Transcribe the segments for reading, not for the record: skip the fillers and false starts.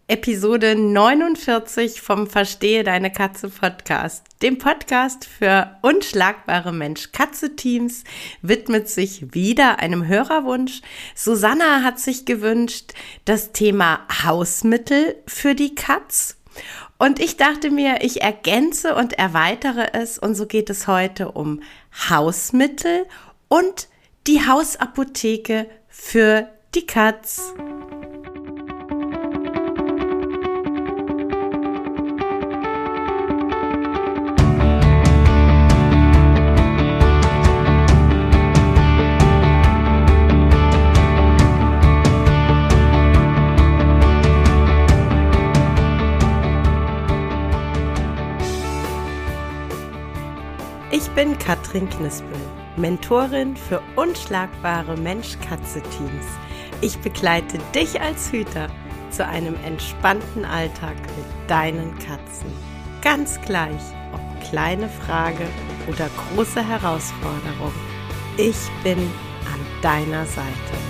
Episode 49 vom Verstehe deine Katze Podcast. Dem Podcast für unschlagbare Mensch-Katze-Teams widmet sich wieder einem Hörerwunsch. Susanna hat sich gewünscht, das Thema Hausmittel für die Katz. Und ich dachte mir, ich ergänze und erweitere es. Und so geht es heute um Hausmittel und die Hausapotheke für die Katz. Ich bin Katrin Knispel, Mentorin für unschlagbare Mensch-Katze-Teams. Ich begleite dich als Hüter zu einem entspannten Alltag mit deinen Katzen. Ganz gleich, ob kleine Frage oder große Herausforderung. Ich bin an deiner Seite.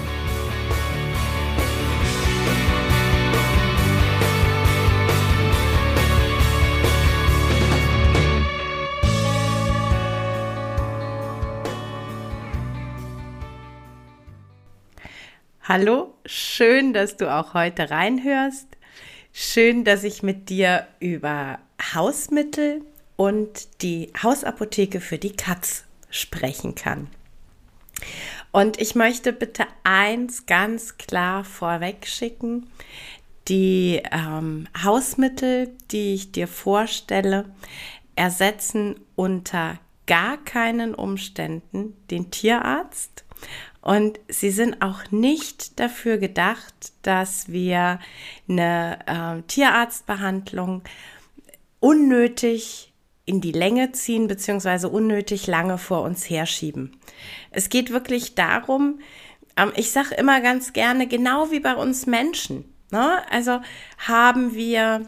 Hallo, schön, dass du auch heute reinhörst. Schön, dass ich mit dir über Hausmittel und die Hausapotheke für die Katz sprechen kann. Und ich möchte bitte eins ganz klar vorweg schicken. Die Hausmittel, die ich dir vorstelle, ersetzen unter gar keinen Umständen den Tierarzt. Und sie sind auch nicht dafür gedacht, dass wir eine Tierarztbehandlung unnötig in die Länge ziehen bzw. unnötig lange vor uns herschieben. Es geht wirklich darum, ich sage immer ganz gerne, genau wie bei uns Menschen, ne? Also haben wir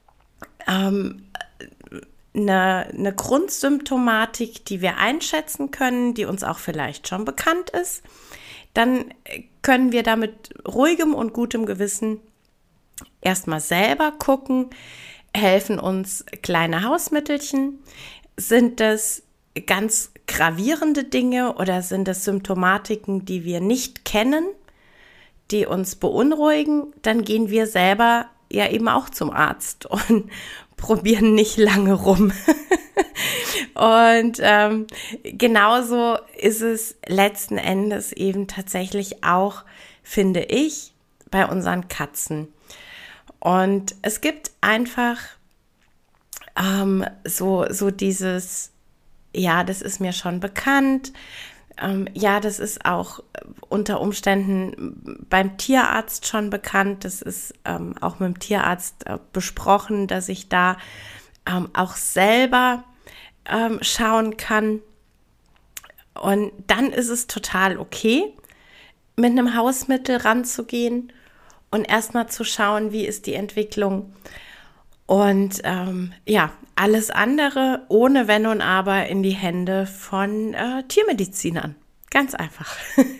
eine Grundsymptomatik, die wir einschätzen können, die uns auch vielleicht schon bekannt ist, dann können wir da mit ruhigem und gutem Gewissen erstmal selber gucken, helfen uns kleine Hausmittelchen, sind das ganz gravierende Dinge oder sind das Symptomatiken, die wir nicht kennen, die uns beunruhigen, dann gehen wir selber ja eben auch zum Arzt und probieren nicht lange rum. Und genauso ist es letzten Endes eben tatsächlich auch, finde ich, bei unseren Katzen. Und es gibt einfach so dieses, ja, das ist mir schon bekannt. Ja, das ist auch unter Umständen beim Tierarzt schon bekannt. Das ist auch mit dem Tierarzt besprochen, dass ich da auch selber schauen kann. Und dann ist es total okay, mit einem Hausmittel ranzugehen und erstmal zu schauen, wie ist die Entwicklung. Und ja, alles andere ohne Wenn und Aber in die Hände von Tiermedizinern. Ganz einfach.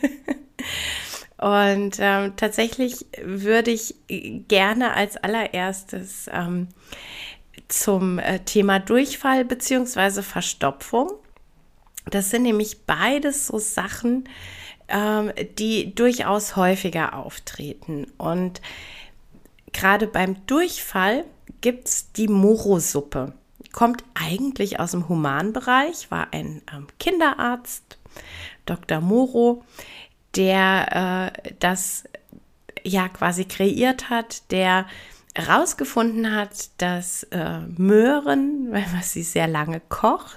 Und tatsächlich würde ich gerne als allererstes zum Thema Durchfall bzw. Verstopfung. Das sind nämlich beides so Sachen, die durchaus häufiger auftreten. Und gerade beim Durchfall gibt es die Moro-Suppe. Kommt eigentlich aus dem Humanbereich, war ein Kinderarzt, Dr. Moro, der das ja quasi kreiert hat, der herausgefunden hat, dass Möhren, wenn man sie sehr lange kocht,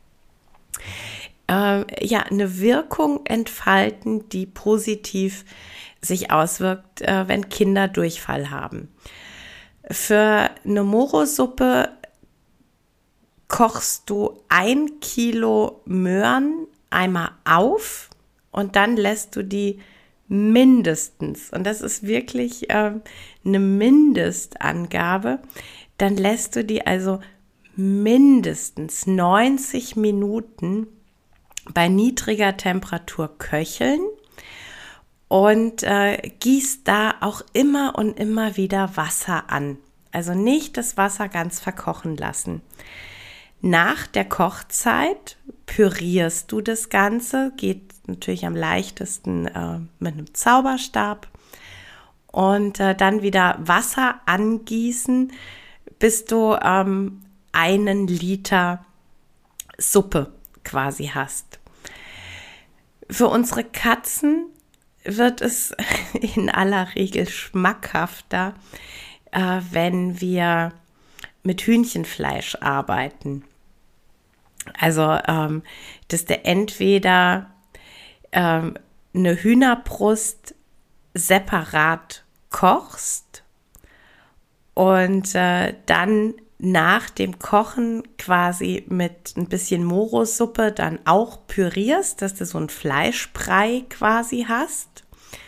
ja eine Wirkung entfalten, die positiv sich auswirkt, wenn Kinder Durchfall haben. Für eine Moro-Suppe kochst du 1 Kilo Möhren einmal auf und dann lässt du die mindestens, und das ist wirklich eine Mindestangabe, dann lässt du die also mindestens 90 Minuten bei niedriger Temperatur köcheln und gieß da auch immer und immer wieder Wasser an. Also nicht das Wasser ganz verkochen lassen. Nach der Kochzeit pürierst du das Ganze, geht natürlich am leichtesten mit einem Zauberstab und dann wieder Wasser angießen, bis du 1 Liter Suppe quasi hast. Für unsere Katzen wird es in aller Regel schmackhafter, wenn wir mit Hühnchenfleisch arbeiten. Also, dass du entweder eine Hühnerbrust separat kochst und dann nach dem Kochen quasi mit ein bisschen Moro-Suppe dann auch pürierst, dass du so ein Fleischbrei quasi hast.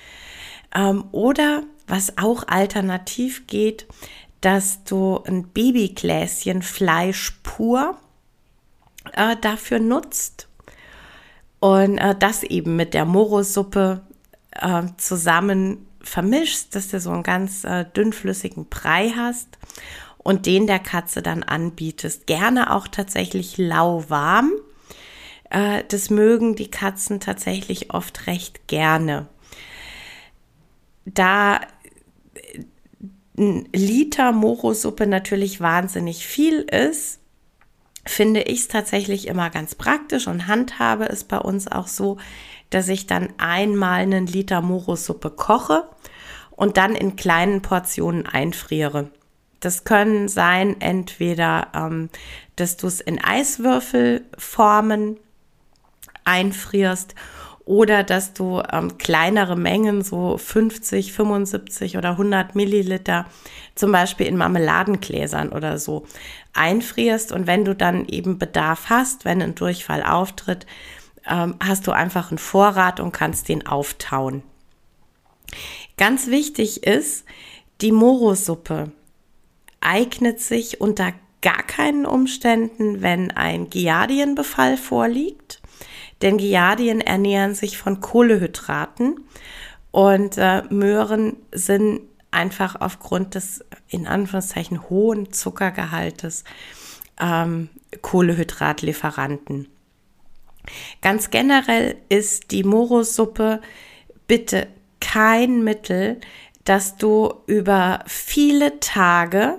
Oder was auch alternativ geht, dass du ein Babygläschen Fleisch pur dafür nutzt und das eben mit der Moro-Suppe zusammen vermischst, dass du so einen ganz dünnflüssigen Brei hast und den der Katze dann anbietest. Gerne auch tatsächlich lauwarm. Das mögen die Katzen tatsächlich oft recht gerne. Da 1 Liter Moro-Suppe natürlich wahnsinnig viel ist, finde ich es tatsächlich immer ganz praktisch und handhabe es bei uns auch so, dass ich dann einmal 1 Liter Moro-Suppe koche und dann in kleinen Portionen einfriere. Das können sein, entweder, dass du es in Eiswürfelformen einfrierst oder dass du kleinere Mengen, so 50, 75 oder 100 Milliliter, zum Beispiel in Marmeladengläsern oder so, einfrierst. Und wenn du dann eben Bedarf hast, wenn ein Durchfall auftritt, hast du einfach einen Vorrat und kannst den auftauen. Ganz wichtig ist, die Moro-Suppe eignet sich unter gar keinen Umständen, wenn ein Giardienbefall vorliegt. Denn Giardien ernähren sich von Kohlenhydraten und Möhren sind einfach aufgrund des in Anführungszeichen hohen Zuckergehaltes Kohlenhydratlieferanten. Ganz generell ist die Moro-Suppe bitte kein Mittel, das du über viele Tage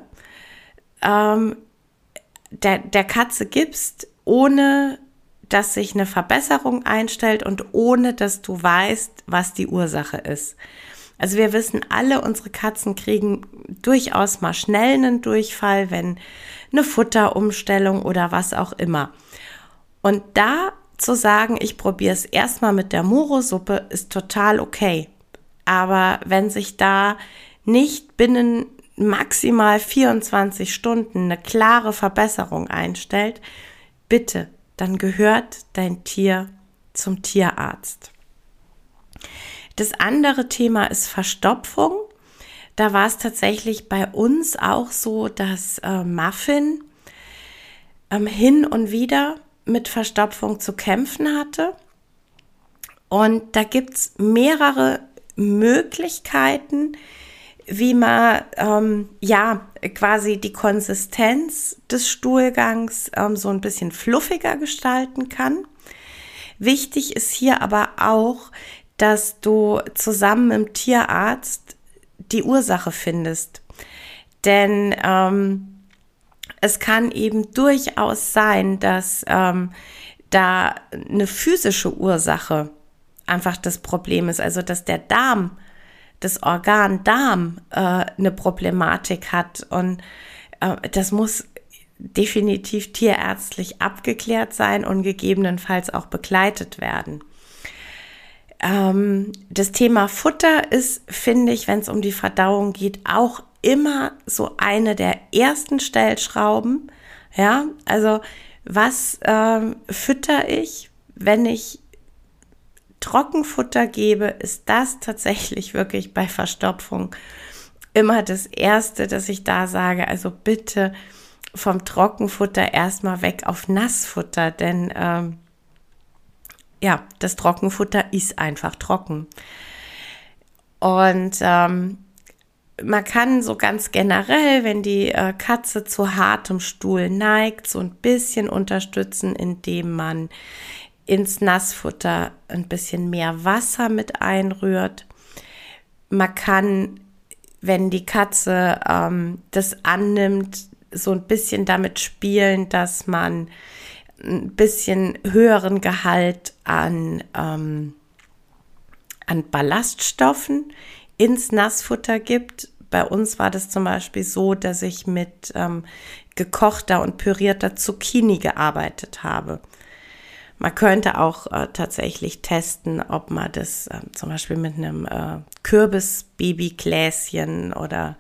der Katze gibst, ohne dass sich eine Verbesserung einstellt und ohne dass du weißt, was die Ursache ist. Also wir wissen alle, unsere Katzen kriegen durchaus mal schnell einen Durchfall, wenn eine Futterumstellung oder was auch immer. Und da zu sagen, ich probiere es erstmal mit der Moro-Suppe, ist total okay. Aber wenn sich da nicht binnen maximal 24 Stunden eine klare Verbesserung einstellt, bitte, dann gehört dein Tier zum Tierarzt. Das andere Thema ist Verstopfung. Da war es tatsächlich bei uns auch so, dass Muffin hin und wieder mit Verstopfung zu kämpfen hatte. Und da gibt es mehrere Möglichkeiten, wie man quasi die Konsistenz des Stuhlgangs so ein bisschen fluffiger gestalten kann. Wichtig ist hier aber auch, dass du zusammen mit dem Tierarzt die Ursache findest. Denn es kann eben durchaus sein, dass da eine physische Ursache einfach das Problem ist. Also dass der Darm, das Organ Darm eine Problematik hat. Und das muss definitiv tierärztlich abgeklärt sein und gegebenenfalls auch begleitet werden. Das Thema Futter ist, finde ich, wenn es um die Verdauung geht, auch immer so eine der ersten Stellschrauben. Ja, also was fütter ich, wenn ich Trockenfutter gebe, ist das tatsächlich wirklich bei Verstopfung immer das Erste, dass ich da sage, also bitte vom Trockenfutter erstmal weg auf Nassfutter, denn das Trockenfutter ist einfach trocken. Und man kann so ganz generell, wenn die Katze zu hartem Stuhl neigt, so ein bisschen unterstützen, indem man ins Nassfutter ein bisschen mehr Wasser mit einrührt. Man kann, wenn die Katze das annimmt, so ein bisschen damit spielen, dass man ein bisschen höheren Gehalt an Ballaststoffen ins Nassfutter gibt. Bei uns war das zum Beispiel so, dass ich mit gekochter und pürierter Zucchini gearbeitet habe. Man könnte auch tatsächlich testen, ob man das zum Beispiel mit einem Kürbis-Babygläschen oder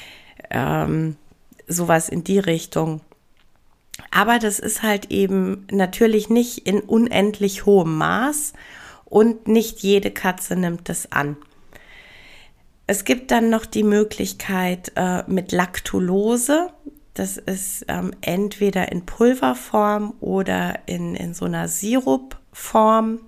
sowas in die Richtung. Aber das ist halt eben natürlich nicht in unendlich hohem Maß und nicht jede Katze nimmt das an. Es gibt dann noch die Möglichkeit mit Lactulose. Das ist entweder in Pulverform oder in so einer Sirupform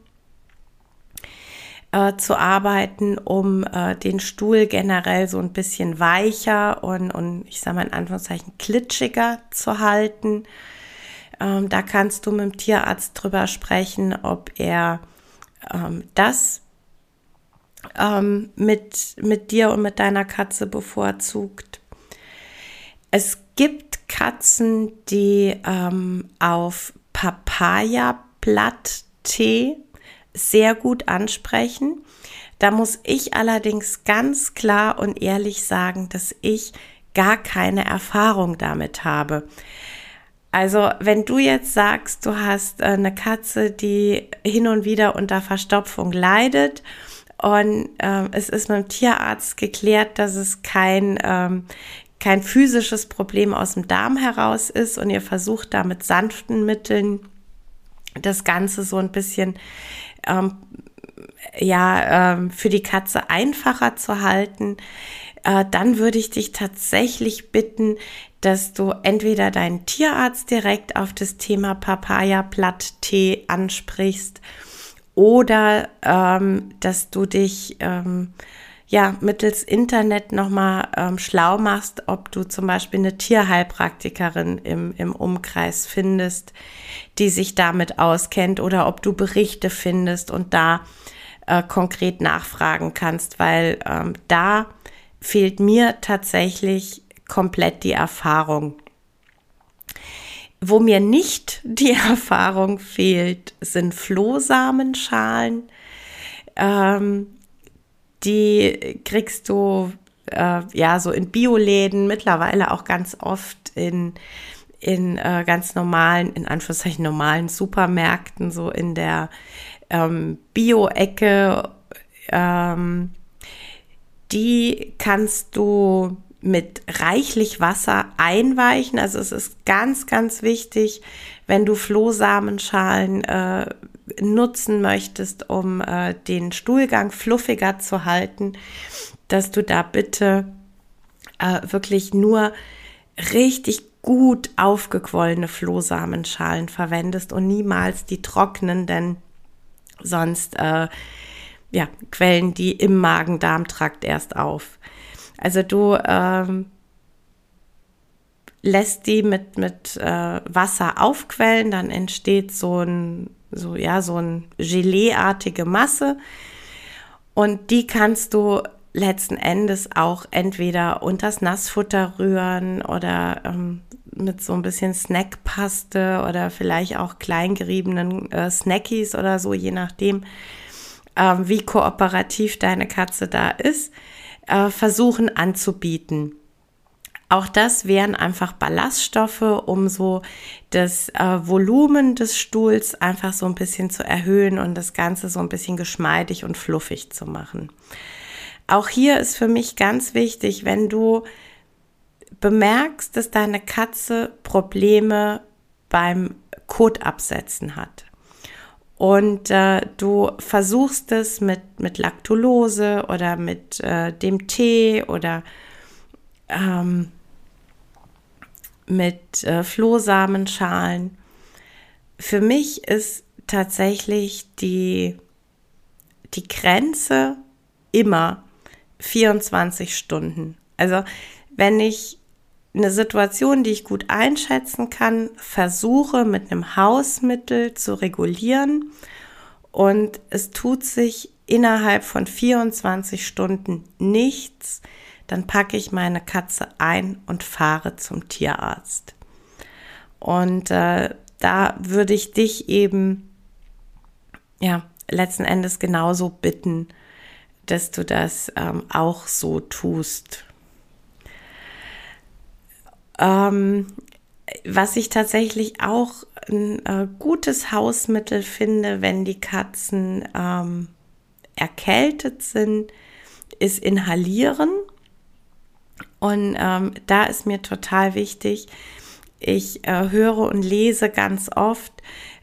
zu arbeiten, um den Stuhl generell so ein bisschen weicher und ich sage mal in Anführungszeichen klitschiger zu halten. Da kannst du mit dem Tierarzt drüber sprechen, ob er das mit dir und mit deiner Katze bevorzugt. Es gibt Katzen, die auf Papaya-Blatt-Tee sehr gut ansprechen. Da muss ich allerdings ganz klar und ehrlich sagen, dass ich gar keine Erfahrung damit habe. Also wenn du jetzt sagst, du hast eine Katze, die hin und wieder unter Verstopfung leidet und es ist mit dem Tierarzt geklärt, dass es kein physisches Problem aus dem Darm heraus ist und ihr versucht da mit sanften Mitteln das Ganze so ein bisschen für die Katze einfacher zu halten, dann würde ich dich tatsächlich bitten, dass du entweder deinen Tierarzt direkt auf das Thema Papaya-Blatt-Tee ansprichst oder dass du dich mittels Internet nochmal schlau machst, ob du zum Beispiel eine Tierheilpraktikerin im Umkreis findest, die sich damit auskennt, oder ob du Berichte findest und da konkret nachfragen kannst, weil da fehlt mir tatsächlich komplett die Erfahrung. Wo mir nicht die Erfahrung fehlt, sind Flohsamenschalen. Die kriegst du so in Bioläden, mittlerweile auch ganz oft in ganz normalen, in Anführungszeichen normalen Supermärkten, so in der Bio-Ecke. Die kannst du mit reichlich Wasser einweichen. Also es ist ganz, ganz wichtig, wenn du Flohsamenschalen nutzen möchtest, um den Stuhlgang fluffiger zu halten, dass du da bitte wirklich nur richtig gut aufgequollene Flohsamenschalen verwendest und niemals die trockenen, denn sonst quellen die im Magen-Darm-Trakt erst auf. Also du lässt die mit Wasser aufquellen, dann entsteht so ein Gelee-artige Masse und die kannst du letzten Endes auch entweder unters Nassfutter rühren oder mit so ein bisschen Snackpaste oder vielleicht auch kleingeriebenen Snackies oder so, je nachdem, wie kooperativ deine Katze da ist, versuchen anzubieten. Auch das wären einfach Ballaststoffe, um so das Volumen des Stuhls einfach so ein bisschen zu erhöhen und das Ganze so ein bisschen geschmeidig und fluffig zu machen. Auch hier ist für mich ganz wichtig, wenn du bemerkst, dass deine Katze Probleme beim Kotabsetzen hat und du versuchst es mit Lactulose oder mit dem Tee oder mit Flohsamenschalen. Für mich ist tatsächlich die Grenze immer 24 Stunden. Also wenn ich eine Situation, die ich gut einschätzen kann, versuche mit einem Hausmittel zu regulieren und es tut sich innerhalb von 24 Stunden nichts, dann packe ich meine Katze ein und fahre zum Tierarzt. Und da würde ich dich eben letzten Endes genauso bitten, dass du das auch so tust. Was ich tatsächlich auch ein gutes Hausmittel finde, wenn die Katzen erkältet sind, ist Inhalieren. Und da ist mir total wichtig, ich höre und lese ganz oft,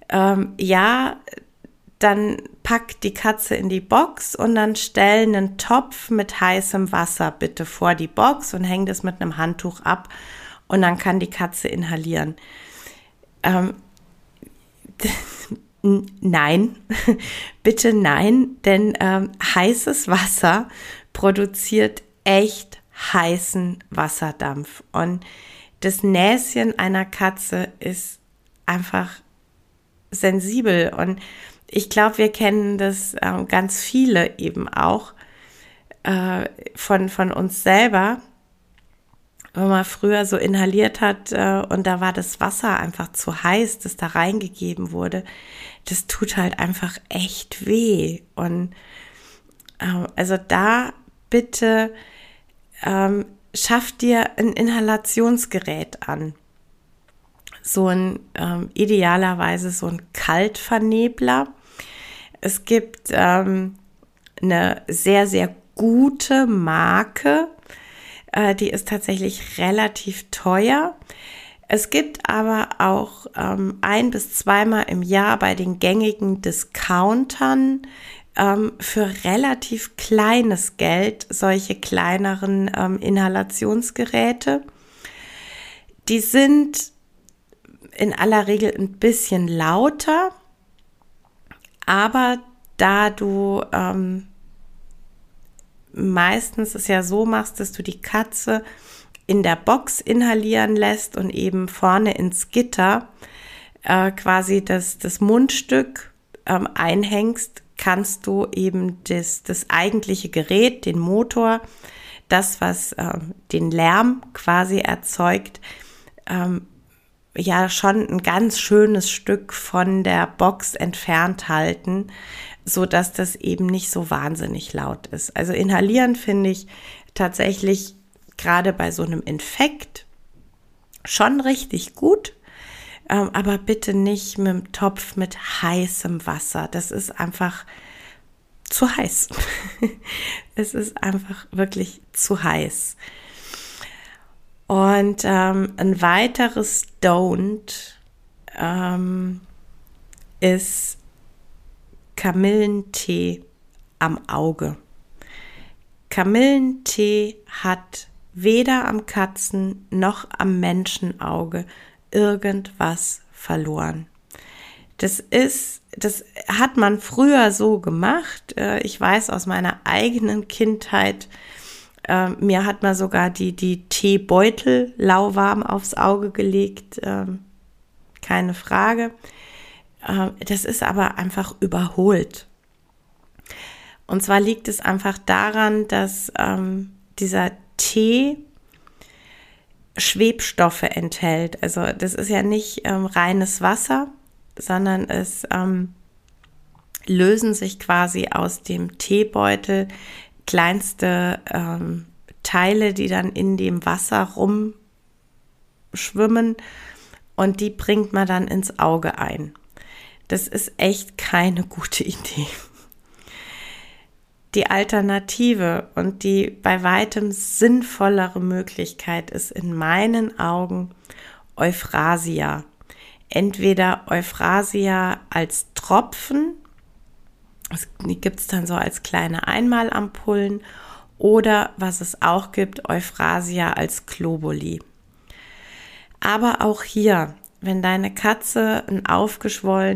dann pack die Katze in die Box und dann stell einen Topf mit heißem Wasser bitte vor die Box und häng das mit einem Handtuch ab und dann kann die Katze inhalieren. Nein, bitte nein, denn heißes Wasser produziert echt heißen Wasserdampf und das Näschen einer Katze ist einfach sensibel und ich glaube, wir kennen das ganz viele eben auch von uns selber, wenn man früher so inhaliert hat und da war das Wasser einfach zu heiß, das da reingegeben wurde. Das tut halt einfach echt weh. Und also da bitte schaff dir ein Inhalationsgerät an. So ein idealerweise so ein Kaltvernebler. Es gibt eine sehr, sehr gute Marke, die ist tatsächlich relativ teuer. Es gibt aber auch 1- bis zweimal im Jahr bei den gängigen Discountern für relativ kleines Geld solche kleineren Inhalationsgeräte. Die sind in aller Regel ein bisschen lauter, aber da du meistens es ja so machst, dass du die Katze in der Box inhalieren lässt und eben vorne ins Gitter quasi das Mundstück einhängst, kannst du eben das eigentliche Gerät, den Motor, das, was den Lärm quasi erzeugt, schon ein ganz schönes Stück von der Box entfernt halten, so dass das eben nicht so wahnsinnig laut ist. Also inhalieren finde ich tatsächlich gerade bei so einem Infekt schon richtig gut, aber bitte nicht mit dem Topf mit heißem Wasser. Das ist einfach zu heiß. Es ist einfach wirklich zu heiß. Und ein weiteres Don't ist Kamillentee am Auge. Kamillentee hat weder am Katzen- noch am Menschenauge irgendwas verloren. Das hat man früher so gemacht. Ich weiß aus meiner eigenen Kindheit, mir hat man sogar die Teebeutel lauwarm aufs Auge gelegt. Keine Frage. Das ist aber einfach überholt. Und zwar liegt es einfach daran, dass dieser Tee Schwebstoffe enthält. Also das ist ja nicht reines Wasser, sondern es lösen sich quasi aus dem Teebeutel kleinste Teile, die dann in dem Wasser rumschwimmen und die bringt man dann ins Auge ein. Das ist echt keine gute Idee. Die Alternative und die bei weitem sinnvollere Möglichkeit ist in meinen Augen Euphrasia. Entweder Euphrasia als Tropfen, die gibt es dann so als kleine Einmalampullen, oder was es auch gibt, Euphrasia als Globuli. Aber auch hier, wenn deine Katze ein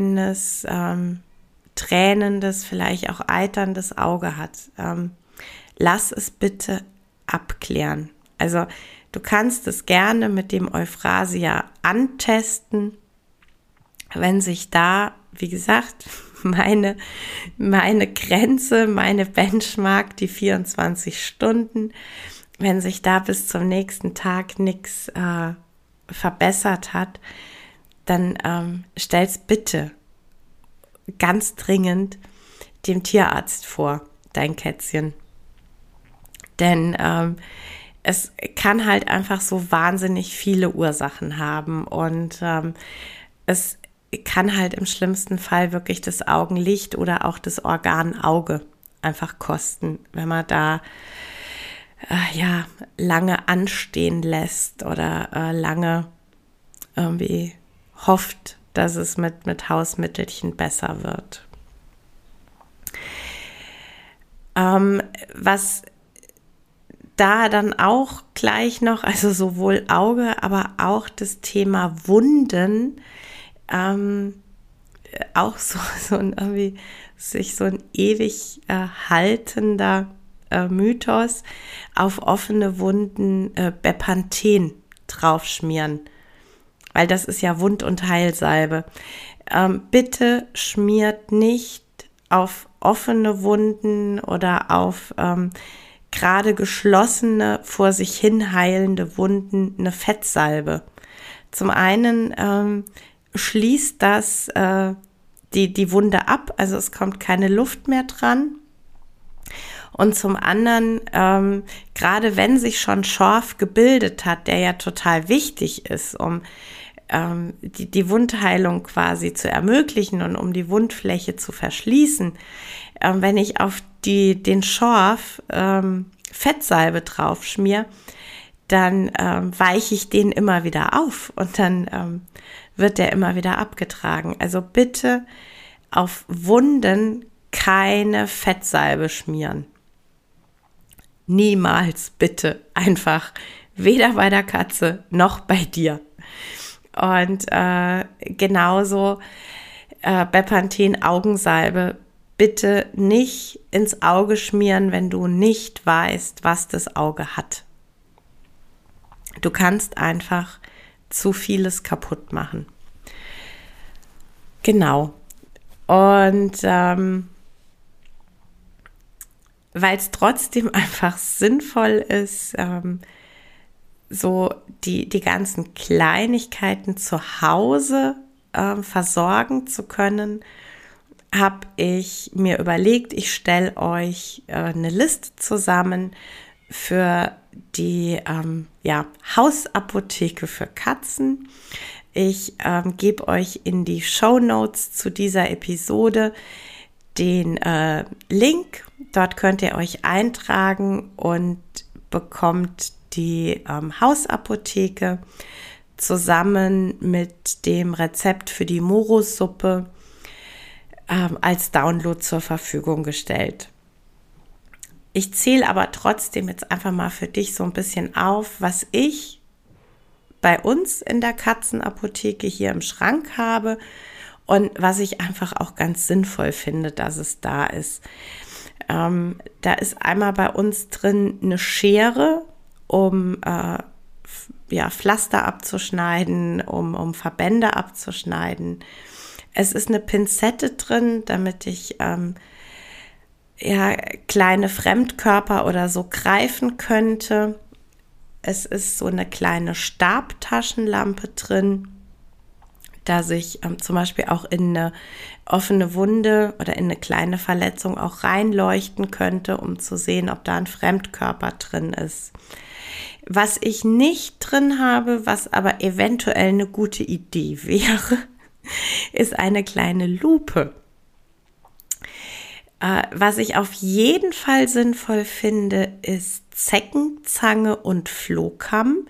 aufgeschwollenes, tränendes, vielleicht auch eiterndes Auge hat, lass es bitte abklären. Also du kannst es gerne mit dem Euphrasia antesten. Wenn sich da, wie gesagt, meine Grenze, meine Benchmark, die 24 Stunden, wenn sich da bis zum nächsten Tag nichts verbessert hat, dann stell's bitte ganz dringend dem Tierarzt vor, dein Kätzchen. Denn es kann halt einfach so wahnsinnig viele Ursachen haben und es kann halt im schlimmsten Fall wirklich das Augenlicht oder auch das Organ Auge einfach kosten, wenn man da lange anstehen lässt oder lange irgendwie hofft, dass es mit Hausmittelchen besser wird. Was da dann auch gleich noch, also sowohl Auge, aber auch das Thema Wunden, auch so ein irgendwie sich so ein ewig haltender Mythos, auf offene Wunden Bepanthen draufschmieren, weil das ist ja Wund- und Heilsalbe. Bitte schmiert nicht auf offene Wunden oder auf gerade geschlossene, vor sich hin heilende Wunden eine Fettsalbe. Zum einen schließt das die Wunde ab, also es kommt keine Luft mehr dran. Und zum anderen, gerade wenn sich schon Schorf gebildet hat, der ja total wichtig ist, um die Wundheilung quasi zu ermöglichen und um die Wundfläche zu verschließen, wenn ich auf den Schorf Fettsalbe drauf schmier, dann weiche ich den immer wieder auf und dann wird der immer wieder abgetragen. Also bitte auf Wunden keine Fettsalbe schmieren. Niemals, bitte. Einfach weder bei der Katze noch bei dir. Und genauso Bepanthen Augensalbe. Bitte nicht ins Auge schmieren, wenn du nicht weißt, was das Auge hat. Du kannst einfach zu vieles kaputt machen. Genau. Und weil es trotzdem einfach sinnvoll ist, so die ganzen Kleinigkeiten zu Hause versorgen zu können, habe ich mir überlegt, ich stelle euch eine Liste zusammen für die Hausapotheke für Katzen. Ich gebe euch in die Shownotes zu dieser Episode den Link. Dort könnt ihr euch eintragen und bekommt die Hausapotheke zusammen mit dem Rezept für die Moro-Suppe als Download zur Verfügung gestellt. Ich zähle aber trotzdem jetzt einfach mal für dich so ein bisschen auf, was ich bei uns in der Katzenapotheke hier im Schrank habe und was ich einfach auch ganz sinnvoll finde, dass es da ist. Da ist einmal bei uns drin eine Schere, um Pflaster abzuschneiden, um Verbände abzuschneiden. Es ist eine Pinzette drin, damit ich kleine Fremdkörper oder so greifen könnte. Es ist so eine kleine Stabtaschenlampe drin, dass ich zum Beispiel auch in eine offene Wunde oder in eine kleine Verletzung auch reinleuchten könnte, um zu sehen, ob da ein Fremdkörper drin ist. Was ich nicht drin habe, was aber eventuell eine gute Idee wäre, ist eine kleine Lupe. Was ich auf jeden Fall sinnvoll finde, ist Zeckenzange und Flohkamm.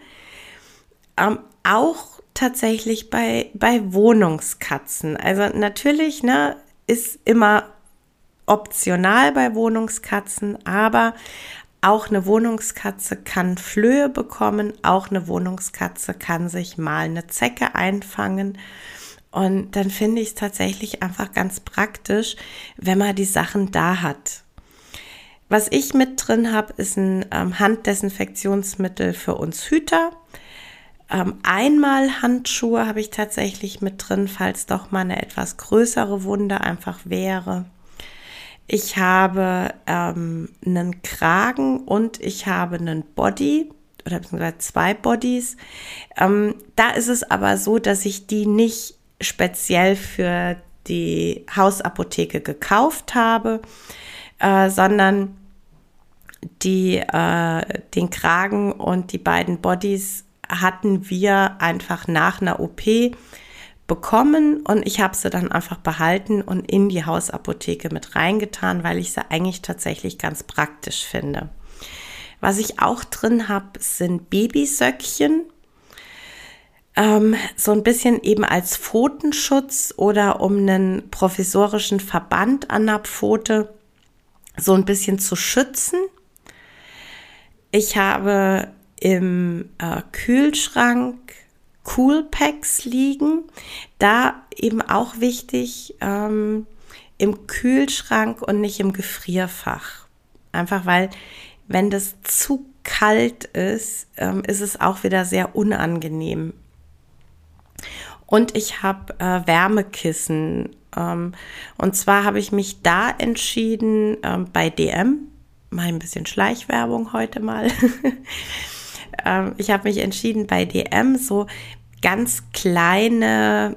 Auch tatsächlich bei Wohnungskatzen. Also natürlich, ist immer optional bei Wohnungskatzen, aber auch eine Wohnungskatze kann Flöhe bekommen, auch eine Wohnungskatze kann sich mal eine Zecke einfangen. Und dann finde ich es tatsächlich einfach ganz praktisch, wenn man die Sachen da hat. Was ich mit drin habe, ist ein Handdesinfektionsmittel für uns Hüter. Einmal Handschuhe habe ich tatsächlich mit drin, falls doch mal eine etwas größere Wunde einfach wäre. Ich habe einen Kragen und ich habe einen Body oder beziehungsweise 2 Bodies. Da ist es aber so, dass ich die nicht speziell für die Hausapotheke gekauft habe, sondern den Kragen und die beiden Bodies hatten wir einfach nach einer OP bekommen und ich habe sie dann einfach behalten und in die Hausapotheke mit reingetan, weil ich sie eigentlich tatsächlich ganz praktisch finde. Was ich auch drin habe, sind Babysöckchen. So ein bisschen eben als Pfotenschutz oder um einen provisorischen Verband an der Pfote so ein bisschen zu schützen. Ich habe im Kühlschrank Coolpacks liegen. Da eben auch wichtig, im Kühlschrank und nicht im Gefrierfach. Einfach weil, wenn das zu kalt ist, ist es auch wieder sehr unangenehm. Und ich habe Wärmekissen. Und zwar habe ich mich da entschieden bei DM. Mal ein bisschen Schleichwerbung heute mal. Ich habe mich entschieden bei DM so ganz kleine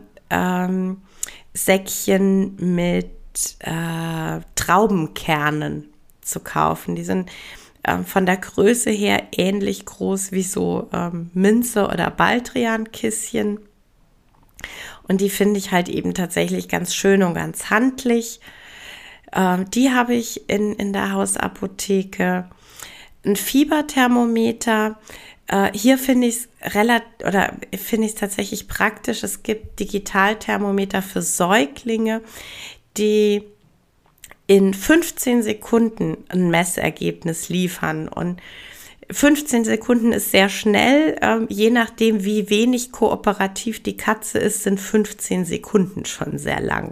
Säckchen mit Traubenkernen zu kaufen. Die sind von der Größe her ähnlich groß wie so Minze- oder Baldrian-Kisschen. Und die finde ich halt eben tatsächlich ganz schön und ganz handlich. Die habe ich in der Hausapotheke. Ein Fieberthermometer. Hier finde ich es tatsächlich praktisch. Es gibt Digitalthermometer für Säuglinge, die in 15 Sekunden ein Messergebnis liefern. Und 15 Sekunden ist sehr schnell. Je nachdem, wie wenig kooperativ die Katze ist, sind 15 Sekunden schon sehr lang.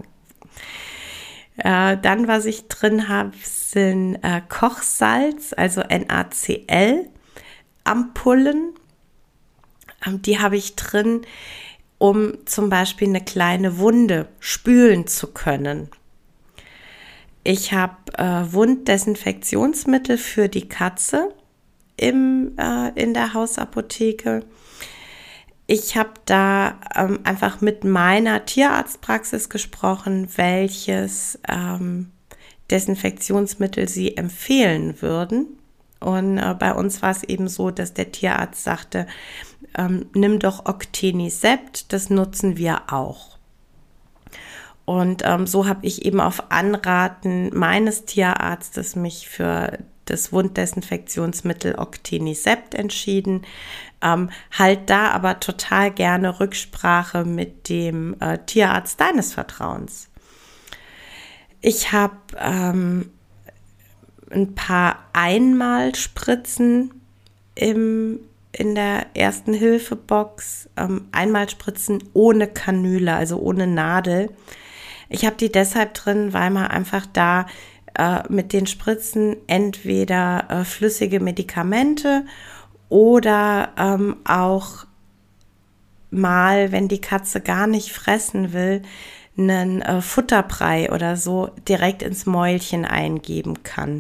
Dann, was ich drin habe, sind Kochsalz, also NaCl-Ampullen. Die habe ich drin, um zum Beispiel eine kleine Wunde spülen zu können. Ich habe Wunddesinfektionsmittel für die Katze in der Hausapotheke. Ich habe da einfach mit meiner Tierarztpraxis gesprochen, welches Desinfektionsmittel sie empfehlen würden. Und bei uns war es eben so, dass der Tierarzt sagte, nimm doch Octenisept, das nutzen wir auch. Und so habe ich eben auf Anraten meines Tierarztes mich für das Wunddesinfektionsmittel Octenisept entschieden. Halt da aber total gerne Rücksprache mit dem Tierarzt deines Vertrauens. Ich habe ein paar Einmalspritzen in der Ersten-Hilfe-Box. Einmalspritzen ohne Kanüle, also ohne Nadel. Ich habe die deshalb drin, weil man einfach da mit den Spritzen entweder flüssige Medikamente oder auch mal, wenn die Katze gar nicht fressen will, einen Futterbrei oder so direkt ins Mäulchen eingeben kann.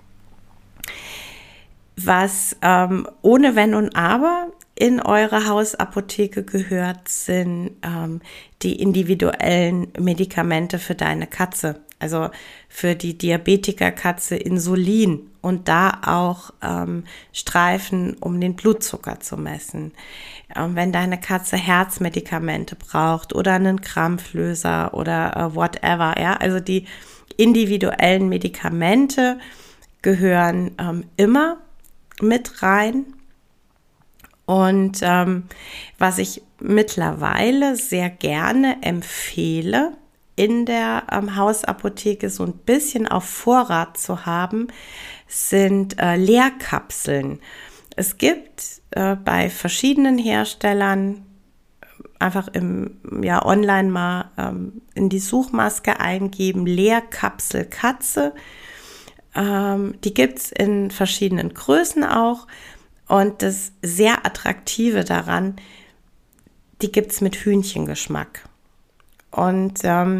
Was ohne Wenn und Aber in eure Hausapotheke gehört, sind die individuellen Medikamente für deine Katze. Also für die Diabetikerkatze Insulin und da auch Streifen, um den Blutzucker zu messen. Wenn deine Katze Herzmedikamente braucht oder einen Krampflöser oder whatever, ja, also die individuellen Medikamente gehören immer mit rein. Und was ich mittlerweile sehr gerne empfehle, in der Hausapotheke so ein bisschen auf Vorrat zu haben, sind Leerkapseln. Es gibt bei verschiedenen Herstellern einfach online mal in die Suchmaske eingeben, Leerkapsel Katze. Die gibt es in verschiedenen Größen auch. Und das sehr Attraktive daran, die gibt es mit Hühnchengeschmack. Und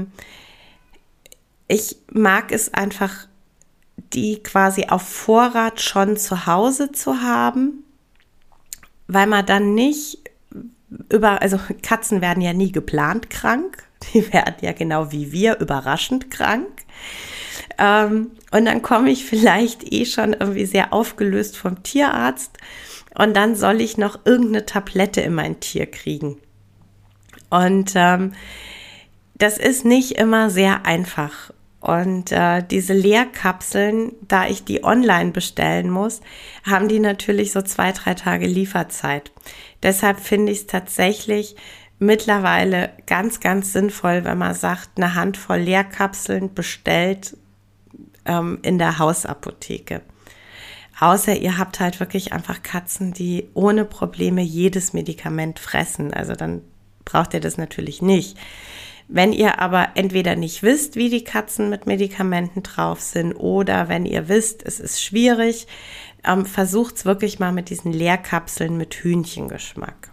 ich mag es einfach, die quasi auf Vorrat schon zu Hause zu haben, weil man dann nicht also Katzen werden ja nie geplant krank, die werden ja genau wie wir überraschend krank. Und dann komme ich vielleicht schon irgendwie sehr aufgelöst vom Tierarzt und dann soll ich noch irgendeine Tablette in mein Tier kriegen. Und das ist nicht immer sehr einfach. Und diese Leerkapseln, da ich die online bestellen muss, haben die natürlich so 2-3 Tage Lieferzeit. Deshalb finde ich es tatsächlich mittlerweile ganz, ganz sinnvoll, wenn man sagt, eine Handvoll Leerkapseln bestellt in der Hausapotheke. Außer ihr habt halt wirklich einfach Katzen, die ohne Probleme jedes Medikament fressen. Also dann braucht ihr das natürlich nicht. Wenn ihr aber entweder nicht wisst, wie die Katzen mit Medikamenten drauf sind, oder wenn ihr wisst, es ist schwierig, versucht's wirklich mal mit diesen Leerkapseln mit Hühnchengeschmack.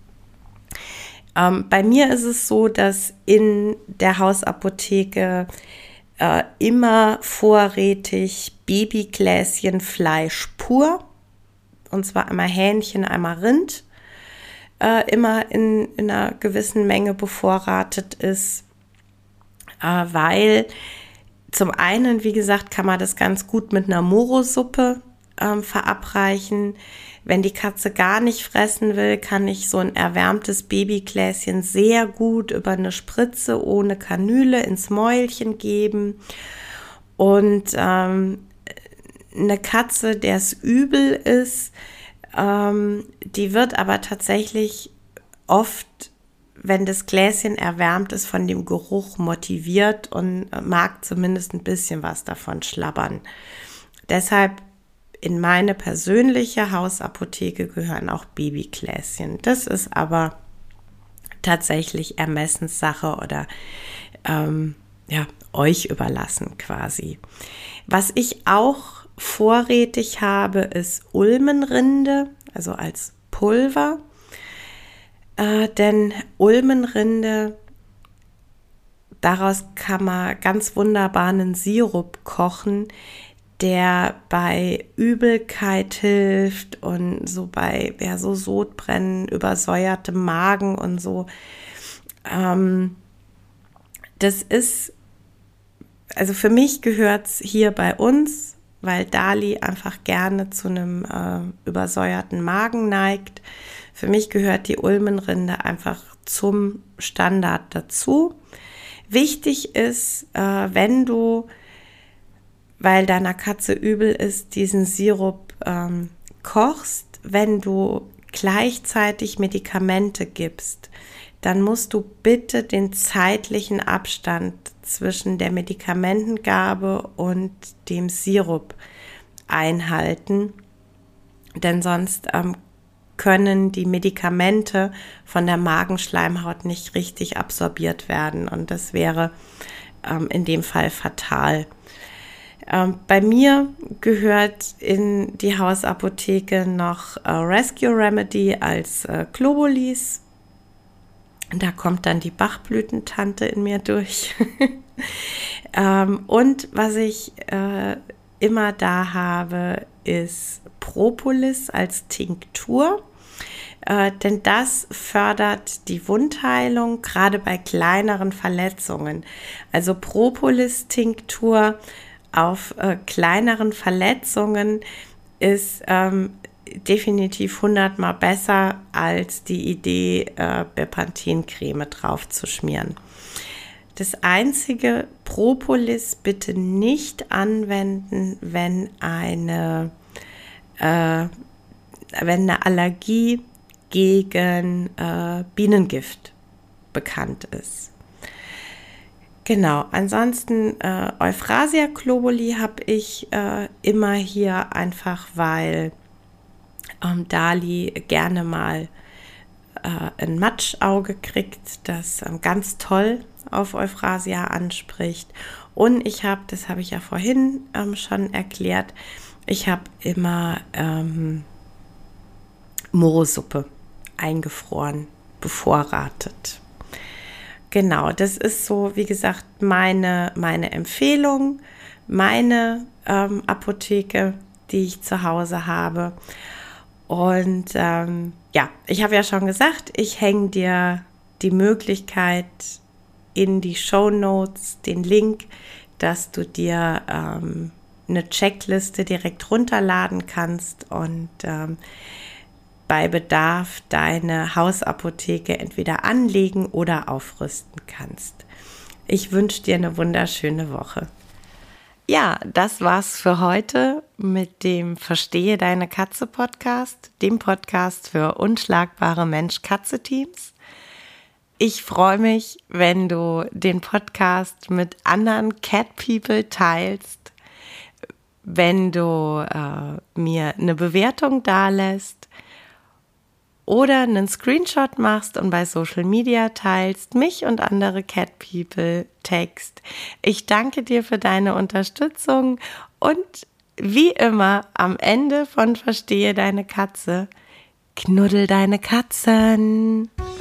Bei mir ist es so, dass in der Hausapotheke immer vorrätig Babygläschen Fleisch pur, und zwar einmal Hähnchen, einmal Rind, immer in einer gewissen Menge bevorratet ist, weil zum einen, wie gesagt, kann man das ganz gut mit einer Moro-Suppe verabreichen. Wenn die Katze gar nicht fressen will, kann ich so ein erwärmtes Babygläschen sehr gut über eine Spritze ohne Kanüle ins Mäulchen geben. Und eine Katze, der es übel ist, die wird aber tatsächlich oft, wenn das Gläschen erwärmt ist, von dem Geruch motiviert und mag zumindest ein bisschen was davon schlabbern. Deshalb in meine persönliche Hausapotheke gehören auch Babygläschen. Das ist aber tatsächlich Ermessenssache oder euch überlassen quasi. Was ich auch vorrätig habe, ist Ulmenrinde, also als Pulver. Denn Ulmenrinde, daraus kann man ganz wunderbar einen Sirup kochen, der bei Übelkeit hilft und so bei so Sodbrennen, übersäuertem Magen und so. Das ist, also für mich gehört es hier bei uns, weil Dali einfach gerne zu einem übersäuerten Magen neigt. Für mich gehört die Ulmenrinde einfach zum Standard dazu. Wichtig ist, wenn du, weil deiner Katze übel ist, diesen Sirup kochst, wenn du gleichzeitig Medikamente gibst, dann musst du bitte den zeitlichen Abstand zwischen der Medikamentengabe und dem Sirup einhalten, denn sonst können die Medikamente von der Magenschleimhaut nicht richtig absorbiert werden und das wäre in dem Fall fatal. Bei mir gehört in die Hausapotheke noch Rescue Remedy als Globulis. Da kommt dann die Bachblütentante in mir durch. Und was ich immer da habe, ist Propolis als Tinktur. Denn das fördert die Wundheilung, gerade bei kleineren Verletzungen. Also Propolis-Tinktur auf kleineren Verletzungen ist definitiv 100-mal besser als die Idee, Bepanthen-Creme drauf zu schmieren. Das einzige, Propolis bitte nicht anwenden, wenn eine Allergie gegen Bienengift bekannt ist. Genau, ansonsten Euphrasia globuli habe ich immer hier, einfach weil Dali gerne mal ein Matschauge kriegt, das ganz toll auf Euphrasia anspricht. Und ich habe, das habe ich ja vorhin schon erklärt, ich habe immer Mohrsuppe eingefroren, bevorratet. Genau, das ist so, wie gesagt, meine Empfehlung, meine Apotheke, die ich zu Hause habe. Und ja, ich habe ja schon gesagt, ich hänge dir die Möglichkeit in die Shownotes, den Link, dass du dir eine Checkliste direkt runterladen kannst und bei Bedarf deine Hausapotheke entweder anlegen oder aufrüsten kannst. Ich wünsche dir eine wunderschöne Woche. Ja, das war's für heute mit dem Verstehe deine Katze Podcast, dem Podcast für unschlagbare Mensch-Katze-Teams. Ich freue mich, wenn du den Podcast mit anderen Cat People teilst, wenn du mir eine Bewertung dalässt oder einen Screenshot machst und bei Social Media teilst, mich und andere Cat People text. Ich danke dir für deine Unterstützung und wie immer am Ende von Verstehe deine Katze, knuddel deine Katzen.